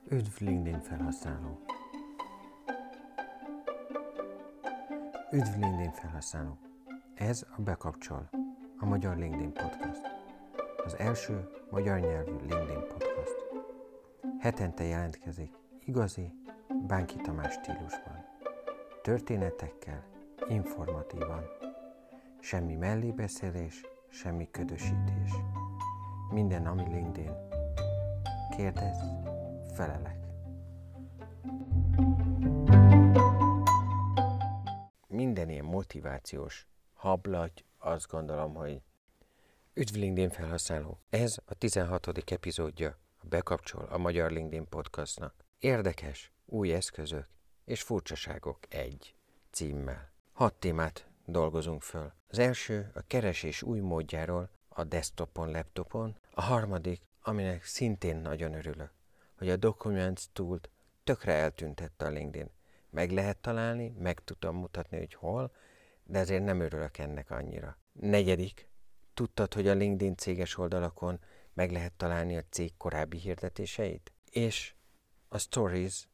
Üdv LinkedIn felhasználó! Üdv LinkedIn felhasználó! Ez a Bekapcsol, a Magyar LinkedIn Podcast. Az első magyar nyelvű LinkedIn Podcast. Hetente jelentkezik igazi Bánki Tamás stílusban. Történetekkel, informatívan. Semmi mellébeszélés, semmi ködösítés. Minden, ami LinkedIn. Kérdezz, felelek. Minden ilyen motivációs hablagy, azt gondolom, hogy üdv LinkedIn felhasználó. Ez a 16. epizódja a Bekapcsol a Magyar LinkedIn Podcastnak. Érdekes, új eszközök és furcsaságok egy címmel. 6 témát dolgozunk föl. Az első a keresés új módjáról a desktopon, laptopon. A harmadik, aminek szintén nagyon örülök, hogy a Documents Tool-t tökre eltüntette a LinkedIn. Meg lehet találni, meg tudom mutatni, hogy hol, de ezért nem örülök ennek annyira. Negyedik, tudtad, hogy a LinkedIn céges oldalakon meg lehet találni a cég korábbi hirdetéseit? És a Stories,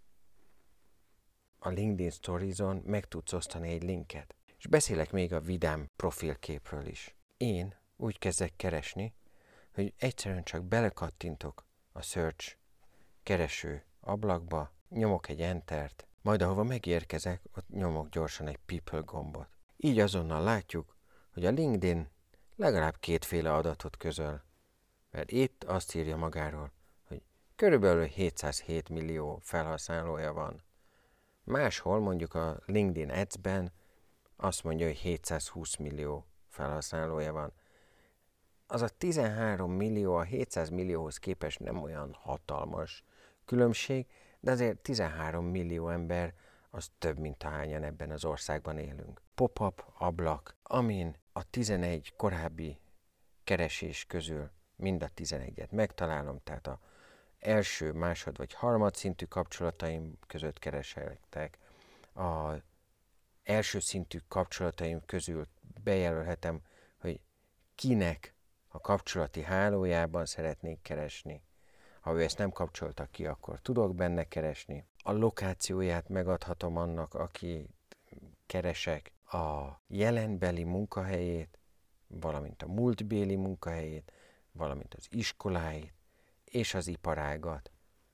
a LinkedIn Stories-on meg tudsz osztani egy linket. És beszélek még a vidám profilképről is. Én úgy kezdek keresni, hogy egyszerűen csak belekattintok a search kereső ablakba, nyomok egy entert, majd ahova megérkezek, ott nyomok gyorsan egy people gombot. Így azonnal látjuk, hogy a LinkedIn legalább kétféle adatot közöl. Mert itt azt írja magáról, hogy körülbelül 707 millió felhasználója van. Máshol mondjuk a LinkedIn Ads-ben azt mondja, hogy 720 millió felhasználója van. Az a 13 millió a 700 millióhoz képest nem olyan hatalmas különbség, de azért 13 millió ember az több, mint ahányan ebben az országban élünk. Pop-up ablak, amin a 11 korábbi keresés közül mind a 11-et megtalálom, tehát a első, másod vagy harmad szintű kapcsolataim között kereshetek. Az első szintű kapcsolataim közül bejelölhetem, hogy kinek a kapcsolati hálójában szeretnék keresni. Ha ő ezt nem kapcsolta ki, akkor tudok benne keresni. A lokációját megadhatom annak, aki keresek, a jelenbeli munkahelyét, valamint a múltbéli munkahelyét, valamint az iskoláit és az iparágat.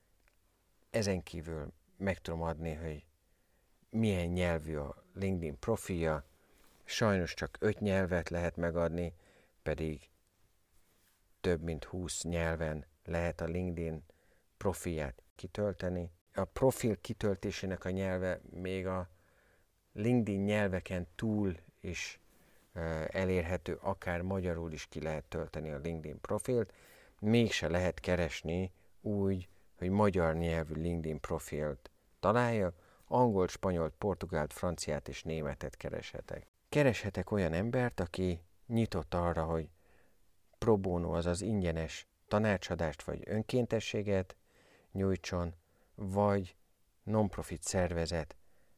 Ezen kívül meg tudom adni, hogy milyen nyelvű a LinkedIn profilja. Sajnos csak 5 nyelvet lehet megadni, pedig több mint 20 nyelven lehet a LinkedIn profilját kitölteni. A profil kitöltésének a nyelve még a LinkedIn nyelveken túl is elérhető, akár magyarul is ki lehet tölteni a LinkedIn profilt, mégse lehet keresni úgy, hogy magyar nyelvű LinkedIn profilt találjak, angolt, spanyolt, portugált, franciát és németet kereshetek. Kereshetek olyan embert, aki nyitott arra, hogy pro bono, azaz ingyenes tanácsadást vagy önkéntességet nyújtson, vagy non-profit szervezet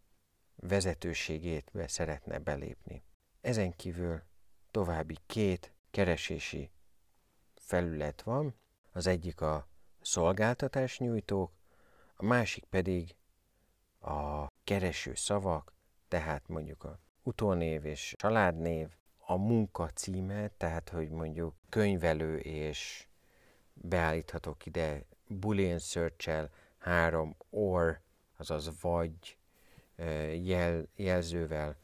vezetőségét szeretne belépni. Ezen kívül további 2 keresési felület van, az egyik a szolgáltatás nyújtók, a másik pedig a kereső szavak, tehát mondjuk a utónév és családnév, a munka címe, tehát hogy mondjuk könyvelő és beállíthatok ide boolean search-el 3 or, azaz vagy jelzővel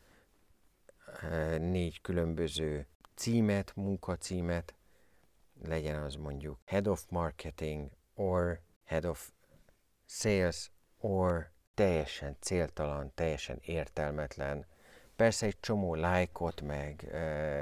4 különböző címet, munkacímet, legyen az mondjuk Head of Marketing, or Head of Sales, or teljesen céltalan, teljesen értelmetlen. Persze egy csomó lájkot, meg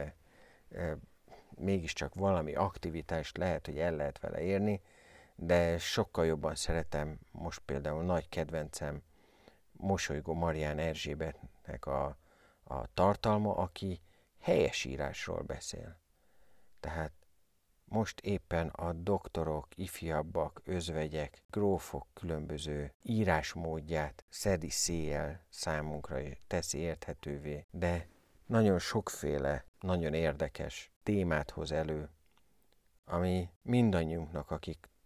mégiscsak valami aktivitást lehet, hogy el lehet vele érni, de sokkal jobban szeretem, most például nagy kedvencem Mosolygó Marián Erzsébetnek a tartalma, aki helyesírásról beszél. Tehát most éppen a doktorok, ifjabbak, özvegyek, grófok különböző írásmódját szedi széjjel számunkra és teszi érthetővé, de nagyon sokféle, nagyon érdekes témát hoz elő, ami mindannyiunknak, akik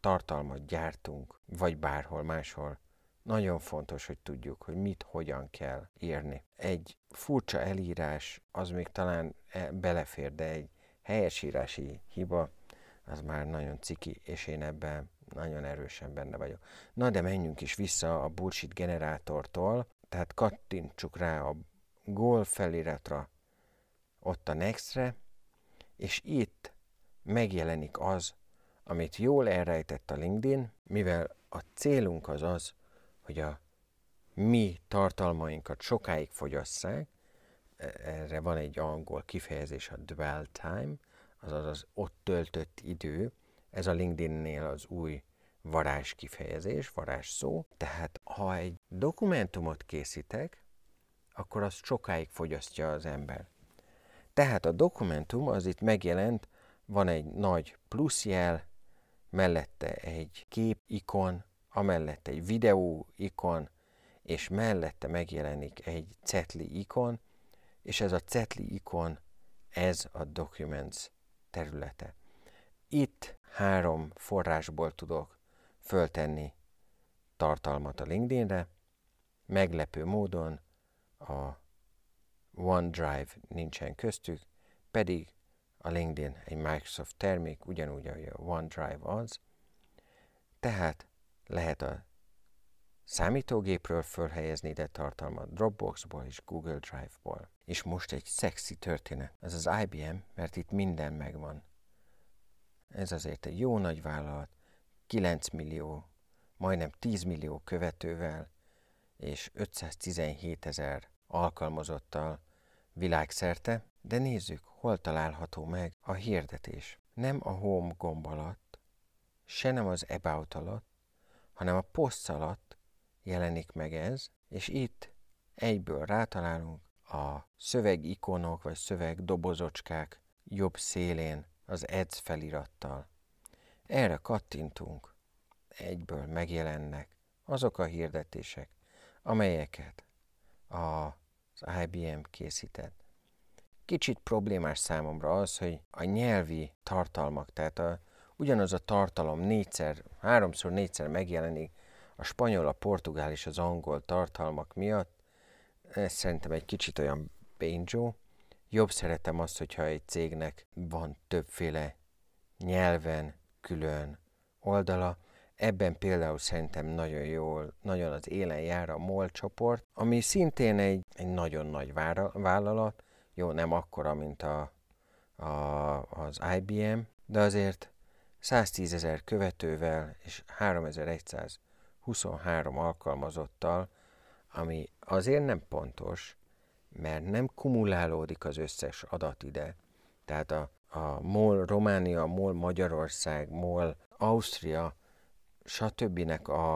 tartalmat gyártunk, vagy bárhol máshol, nagyon fontos, hogy tudjuk, hogy mit, hogyan kell írni. Egy furcsa elírás, az még talán belefér, de egy helyesírási hiba, az már nagyon ciki, és én ebben nagyon erősen benne vagyok. Na de menjünk is vissza a bullshit generátortól, tehát kattintsuk rá a goal feliratra, ott a nextre, és itt megjelenik az, amit jól elrejtett a LinkedIn, mivel a célunk az az, hogy a mi tartalmainkat sokáig fogyasszák, erre van egy angol kifejezés, a dwell time, azaz az ott töltött idő, ez a LinkedIn-nél az új varázs kifejezés, varázs szó, tehát ha egy dokumentumot készítek, akkor azt sokáig fogyasztja az ember. Tehát a dokumentum az itt megjelent, van egy nagy pluszjel, mellette egy kép ikon, amellett egy videó ikon, és mellette megjelenik egy cetli ikon, és ez a cetli ikon, ez a Documents területe. Itt 3 forrásból tudok föltenni tartalmat a LinkedInre, meglepő módon a OneDrive nincsen köztük, pedig a LinkedIn egy Microsoft termék, ugyanúgy, ahogy a OneDrive az, tehát lehet a számítógépről fölhelyezni ide tartalmat, Dropboxból és Google Drive-ból. És most egy szexi történet, ez az IBM, mert itt minden megvan. Ez azért egy jó nagy vállalat, 9 millió, majdnem 10 millió követővel, és 517 000 alkalmazottal világszerte, de nézzük, hol található meg a hirdetés. Nem a Home gomb alatt, se nem az About alatt, hanem a Posts alatt jelenik meg ez, és itt egyből rátalálunk a szövegikonok vagy szövegdobozocskák jobb szélén az Ads felirattal. Erre kattintunk, egyből megjelennek azok a hirdetések, amelyeket az IBM készített. Kicsit problémás számomra az, hogy a nyelvi tartalmak, tehát ugyanaz a tartalom 3-4-szer megjelenik a spanyol, a portugál és az angol tartalmak miatt. Ez szerintem egy kicsit olyan bénzsó. Jobb szeretem azt, hogyha egy cégnek van többféle nyelven külön oldala. Ebben például szerintem nagyon az élen jár a MOL csoport, ami szintén egy nagyon nagy vállalat, jó, nem akkora, mint az IBM, de azért 110 000 követővel és 3123 alkalmazottal, ami azért nem pontos, mert nem kumulálódik az összes adat ide. Tehát a MOL Románia, MOL Magyarország, MOL Ausztria, stb.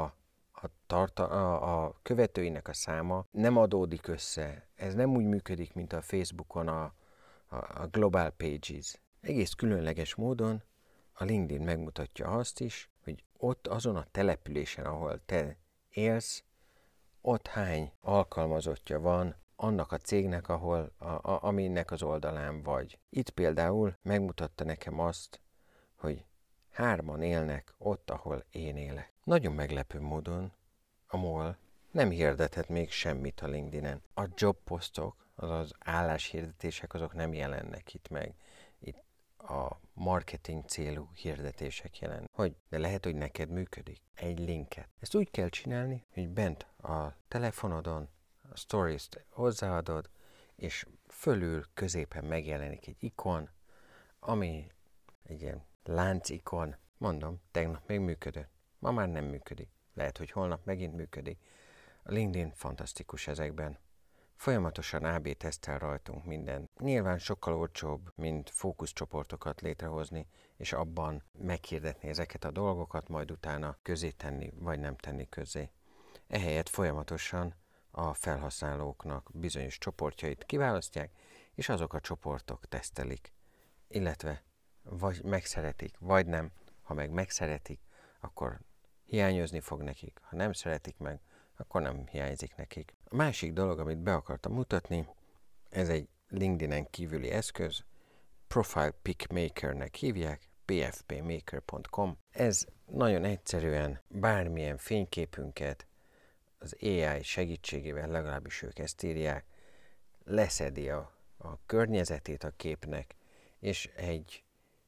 A követőinek a száma nem adódik össze. Ez nem úgy működik, mint a Facebookon a Global Pages. Egész különleges módon a LinkedIn megmutatja azt is, hogy ott azon a településen, ahol te élsz, ott hány alkalmazottja van annak a cégnek, aminek az oldalán vagy. Itt például megmutatta nekem azt, hogy 3 élnek ott, ahol én élek. Nagyon meglepő módon a MOL nem hirdethet még semmit a LinkedIn-en. A job posztok, azaz álláshirdetések, azok nem jelennek itt meg. Itt a marketing célú hirdetések jelen. De lehet, hogy neked működik. Egy linket. Ezt úgy kell csinálni, hogy bent a telefonodon a stories-t hozzáadod, és fölül középen megjelenik egy ikon, ami egy ilyen láncikon. Mondom, tegnap még működött. Ma már nem működik. Lehet, hogy holnap megint működik. A LinkedIn fantasztikus ezekben. Folyamatosan AB tesztel rajtunk minden. Nyilván sokkal olcsóbb, mint fókuszcsoportokat létrehozni, és abban meghirdetni ezeket a dolgokat, majd utána közé tenni, vagy nem tenni közé. Ehelyett folyamatosan a felhasználóknak bizonyos csoportjait kiválasztják, és azok a csoportok tesztelik. Illetve vagy megszeretik, vagy nem. Ha meg megszeretik, akkor hiányozni fog nekik. Ha nem szeretik meg, akkor nem hiányzik nekik. A másik dolog, amit be akartam mutatni, ez egy LinkedIn-en kívüli eszköz, Profile Pic Maker-nek hívják, pfpmaker.com. Ez nagyon egyszerűen bármilyen fényképünket az AI segítségével, legalábbis ők ezt írják, leszedi a környezetét a képnek, és egy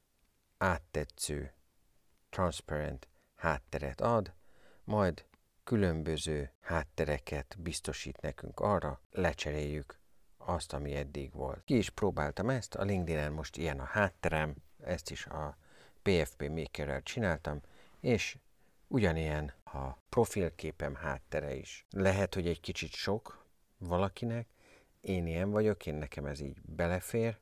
áttetsző, transparent hátteret ad, majd különböző háttereket biztosít nekünk arra, lecseréljük azt, ami eddig volt. Ki is próbáltam ezt, a LinkedIn-en most ilyen a hátterem, ezt is a PFP Makerrel csináltam, és ugyanilyen a profilképem háttere is. Lehet, hogy egy kicsit sok valakinek, én ilyen vagyok, nekem ez így belefér,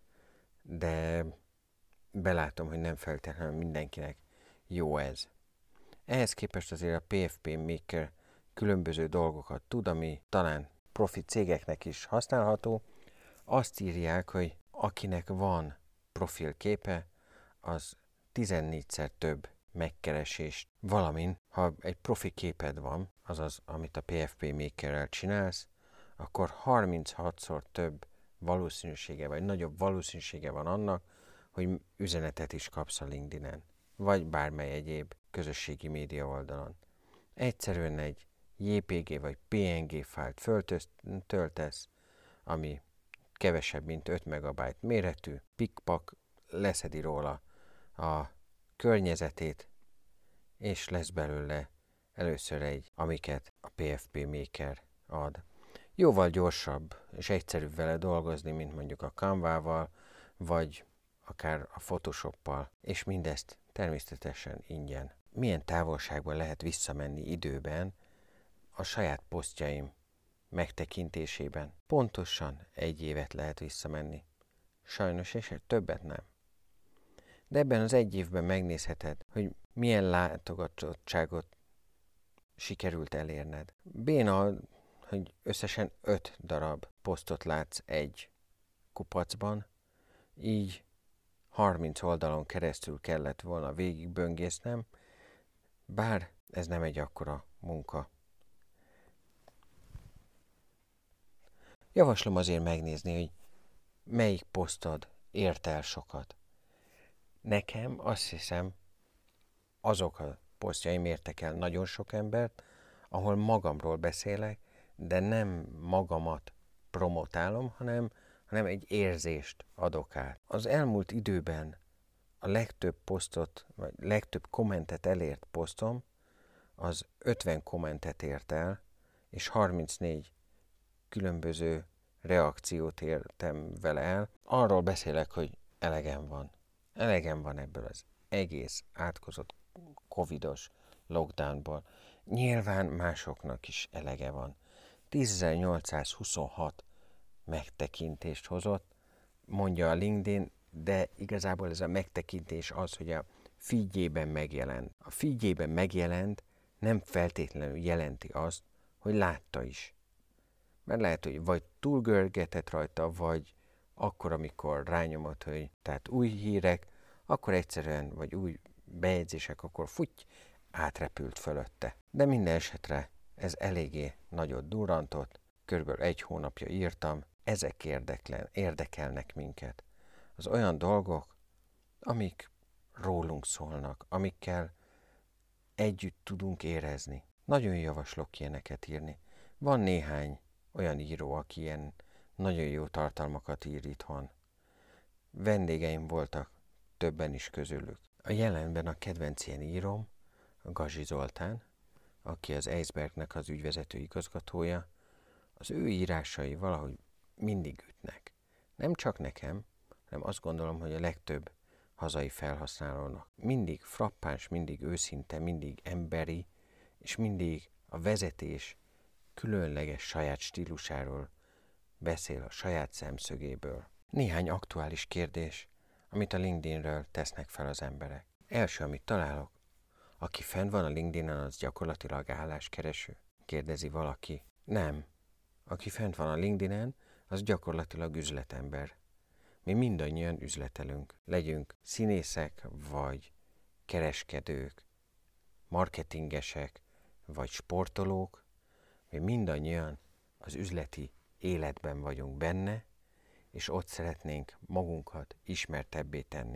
de belátom, hogy nem feltétlenül mindenkinek jó ez. Ehhez képest azért a PFP Maker különböző dolgokat tud, ami talán profi cégeknek is használható. Azt írják, hogy akinek van profilképe, az 14-szer több megkeresést, valamint ha egy profi képed van, azaz amit a PFP Makerrel csinálsz, akkor 36-szor több valószínűsége, vagy nagyobb valószínűsége van annak, hogy üzenetet is kapsz a LinkedIn-en, vagy bármely egyéb közösségi média oldalon. Egyszerűen egy JPG vagy PNG fájlt töltesz, ami kevesebb, mint 5 megabyte méretű, pikpak leszedi róla a környezetét, és lesz belőle először egy, amiket a PFP Maker ad. Jóval gyorsabb és egyszerűbb vele dolgozni, mint mondjuk a Canva-val, vagy akár a Photoshoppal, és mindezt természetesen ingyen. Milyen távolságban lehet visszamenni időben a saját posztjaim megtekintésében? Pontosan 1 évet lehet visszamenni. Sajnos, és többet nem. De ebben az 1 évben megnézheted, hogy milyen látogatottságot sikerült elérned. Béna, hogy összesen 5 darab posztot látsz egy kupacban, így 30 oldalon keresztül kellett volna végigböngésznem, bár ez nem egy akkora munka. Javaslom azért megnézni, hogy melyik posztod ért el sokat. Nekem azt hiszem, azok a posztjaim értek el nagyon sok embert, ahol magamról beszélek, de nem magamat promotálom, hanem egy érzést adok át. Az elmúlt időben a legtöbb posztot, vagy legtöbb kommentet elért posztom, az 50 kommentet ért el, és 34 különböző reakciót értem vele el. Arról beszélek, hogy elegem van. Elegem van ebből az egész átkozott covidos lockdownból. Nyilván másoknak is elege van. 10.826 megtekintést hozott, mondja a LinkedIn, de igazából ez a megtekintés az, hogy a feedjében megjelent. A feedjében megjelent nem feltétlenül jelenti azt, hogy látta is. Mert lehet, hogy vagy túlgörgetett rajta, vagy akkor, amikor rányomott, hogy tehát új hírek, akkor egyszerűen, vagy új bejegyzések, akkor átrepült fölötte. De minden esetre ez eléggé nagyot durrantott, körülbelül 1 hónapja írtam, ezek érdekelnek minket. Az olyan dolgok, amik rólunk szólnak, amikkel együtt tudunk érezni. Nagyon javaslok ilyeneket írni. Van néhány olyan író, aki ilyen nagyon jó tartalmakat ír itthon. Vendégeim voltak, többen is közülük. A jelenben a kedvenc ilyen íróm, a Gazsi Zoltán, aki az Eisbergnek az ügyvezető igazgatója, az ő írásai valahogy mindig ütnek. Nem csak nekem, hanem azt gondolom, hogy a legtöbb hazai felhasználónak. Mindig frappáns, mindig őszinte, mindig emberi, és mindig a vezetés különleges saját stílusáról beszél a saját szemszögéből. Néhány aktuális kérdés, amit a LinkedInről tesznek fel az emberek. Első, amit találok, aki fenn van a LinkedInen, az gyakorlatilag álláskereső? Kérdezi valaki. Nem. Aki fent van a LinkedInen, az gyakorlatilag üzletember. Mi mindannyian üzletelünk. Legyünk színészek, vagy kereskedők, marketingesek, vagy sportolók, mi mindannyian az üzleti életben vagyunk benne, és ott szeretnénk magunkat ismertebbé tenni.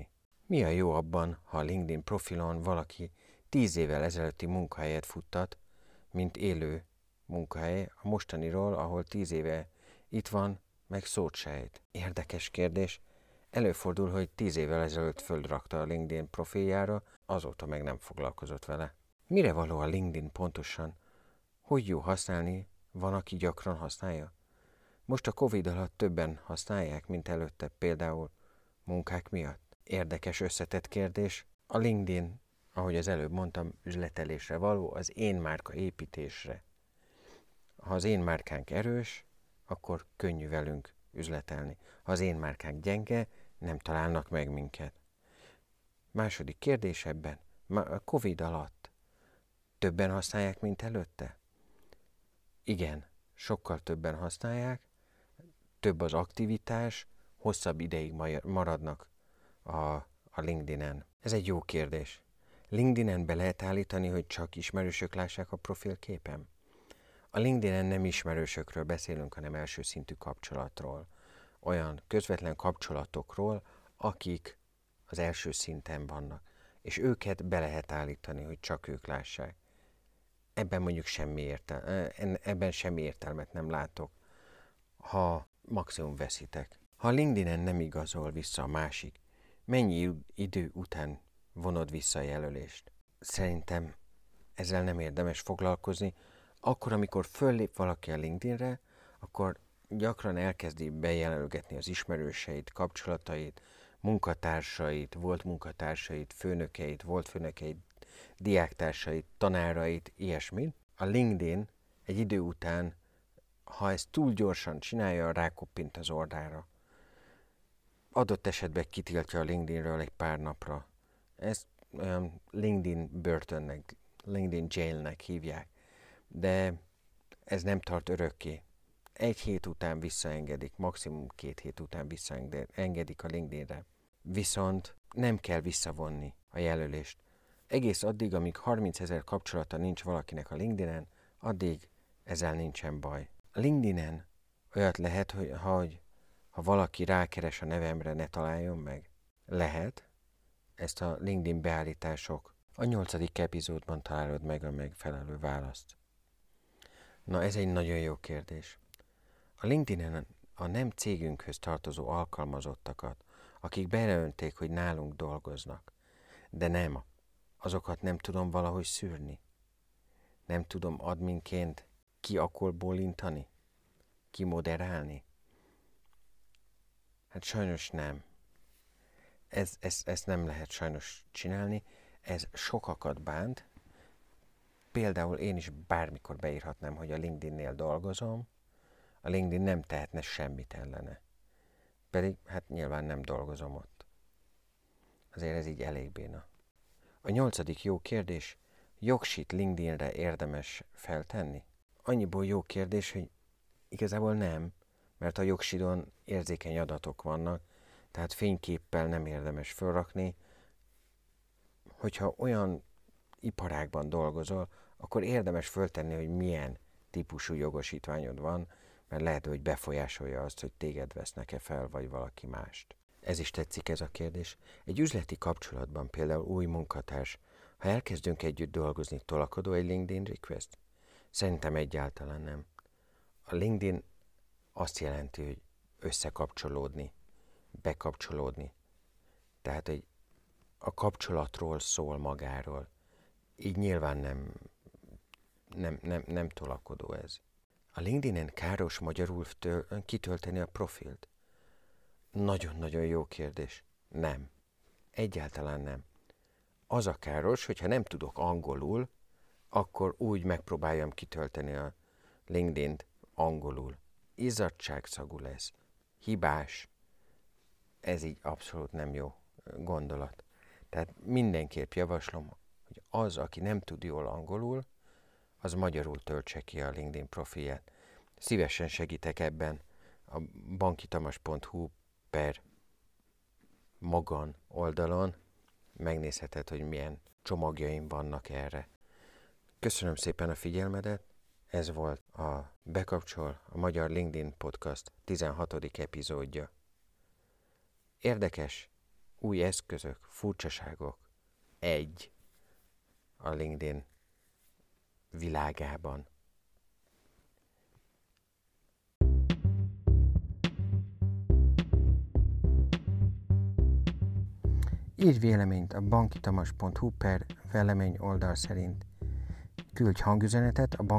Mi a jó abban, ha a LinkedIn profilon valaki 10 évvel ezelőtti munkahelyet futtat, mint élő munkahely a mostaniról, ahol 10 éve itt van, meg szót sejt? Érdekes kérdés. Előfordul, hogy 10 évvel ezelőtt földrakta a LinkedIn profiljára, azóta meg nem foglalkozott vele. Mire való a LinkedIn pontosan? Hogy jó használni? Van, aki gyakran használja? Most a Covid alatt többen használják, mint előtte, például munkák miatt. Érdekes összetett kérdés. A LinkedIn, ahogy az előbb mondtam, üzletelésre való, az én márka építésre. Ha az én márkánk erős, akkor könnyű velünk üzletelni. Ha az én márkánk gyenge, nem találnak meg minket. Második kérdés ebben. A Covid alatt többen használják, mint előtte? Igen, sokkal többen használják, több az aktivitás, hosszabb ideig maradnak a LinkedIn-en. Ez egy jó kérdés. LinkedIn-en be lehet állítani, hogy csak ismerősök lássák a profilképem? A LinkedIn-en nem ismerősökről beszélünk, hanem első szintű kapcsolatról. Olyan közvetlen kapcsolatokról, akik az első szinten vannak. És őket be lehet állítani, hogy csak ők lássák. Ebben mondjuk ebben semmi értelmet nem látok, ha maximum veszitek. Ha a LinkedIn-en nem igazol vissza a másik, mennyi idő után vonod vissza a jelölést? Szerintem ezzel nem érdemes foglalkozni. Akkor, amikor föllép valaki a LinkedInre, akkor gyakran elkezdi bejelölgetni az ismerőseit, kapcsolatait, munkatársait, volt munkatársait, főnökeit, volt főnökeit, diáktársait, tanárait, ilyesmit. A LinkedIn egy idő után, ha ezt túl gyorsan csinálja, rákoppint az orrára. Adott esetben kitiltja a LinkedInről egy pár napra. Ezt LinkedIn börtönnek, LinkedIn jailnek hívják. De ez nem tart örökké. 1 hét után visszaengedik, maximum 2 hét után visszaengedik a LinkedInre. Viszont nem kell visszavonni a jelölést. Egész addig, amíg 30 000 kapcsolata nincs valakinek a LinkedIn-en, addig ezzel nincsen baj. A LinkedIn-en olyat lehet, hogy ha valaki rákeres a nevemre, ne találjon meg? Lehet. Ezt a LinkedIn beállítások a 8. epizódban találod meg a megfelelő választ. Na, ez egy nagyon jó kérdés. A LinkedIn-en a nem cégünkhöz tartozó alkalmazottakat, akik bejelölték, hogy nálunk dolgoznak, de nem, azokat nem tudom valahogy szűrni. Nem tudom adminként bólintani, moderálni. Hát sajnos nem. Ezt nem lehet sajnos csinálni, ez sokakat bánt. Például én is bármikor beírhatnám, hogy a LinkedIn-nél dolgozom, a LinkedIn nem tehetne semmit ellene. Pedig hát nyilván nem dolgozom ott. Azért ez így elég béna. A 8. jó kérdés, jogsit LinkedInre érdemes feltenni? Annyiból jó kérdés, hogy igazából nem, mert a jogsidon érzékeny adatok vannak, tehát fényképpel nem érdemes felrakni. Hogyha olyan iparágban dolgozol, akkor érdemes föltenni, hogy milyen típusú jogosítványod van, mert lehet, hogy befolyásolja azt, hogy téged vesznek-e fel, vagy valaki mást. Ez is tetszik ez a kérdés. Egy üzleti kapcsolatban például új munkatárs, ha elkezdünk együtt dolgozni, tolakodó egy LinkedIn request? Szerintem egyáltalán nem. A LinkedIn azt jelenti, hogy összekapcsolódni, bekapcsolódni. Tehát a kapcsolatról szól magáról. Így nyilván nem tolakodó ez. A LinkedIn-en káros magyarul kitölteni a profilt? Nagyon-nagyon jó kérdés. Nem. Egyáltalán nem. Az a káros, hogyha nem tudok angolul, akkor úgy megpróbáljam kitölteni a LinkedIn-t angolul. Izzadságszagú lesz. Hibás. Ez így abszolút nem jó gondolat. Tehát mindenképp javaslom, hogy az, aki nem tud jól angolul, az magyarul töltse ki a LinkedIn profilját. Szívesen segítek ebben a bankitamas.hu/Magan oldalon. Megnézheted, hogy milyen csomagjaim vannak erre. Köszönöm szépen a figyelmedet. Ez volt a Bekapcsol, a Magyar LinkedIn Podcast 16. epizódja. Érdekes, új eszközök, furcsaságok, a LinkedIn világában. Írj véleményt a bankitamas.hu/vélemény oldal szerint. Küldj hangüzenetet a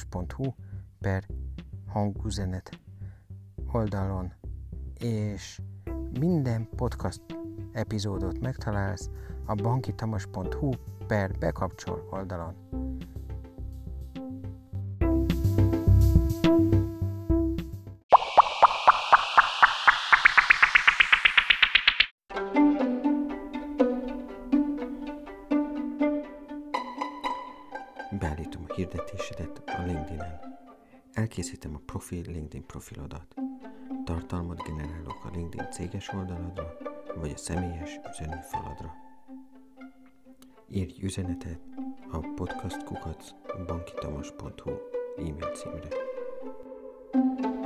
bankitamas.hu/hangüzenet oldalon, és minden podcast epizódot megtalálsz a bankitamas.hu/bekapcsol oldalon. Beállítom a hirdetésedet a LinkedIn-en. Elkészítem a LinkedIn profilodat. Tartalmat generálok a LinkedIn céges oldaladra, vagy a személyes üzenőfaladra. Írj üzenetet a podcast@bankitamas.hu e-mail címre.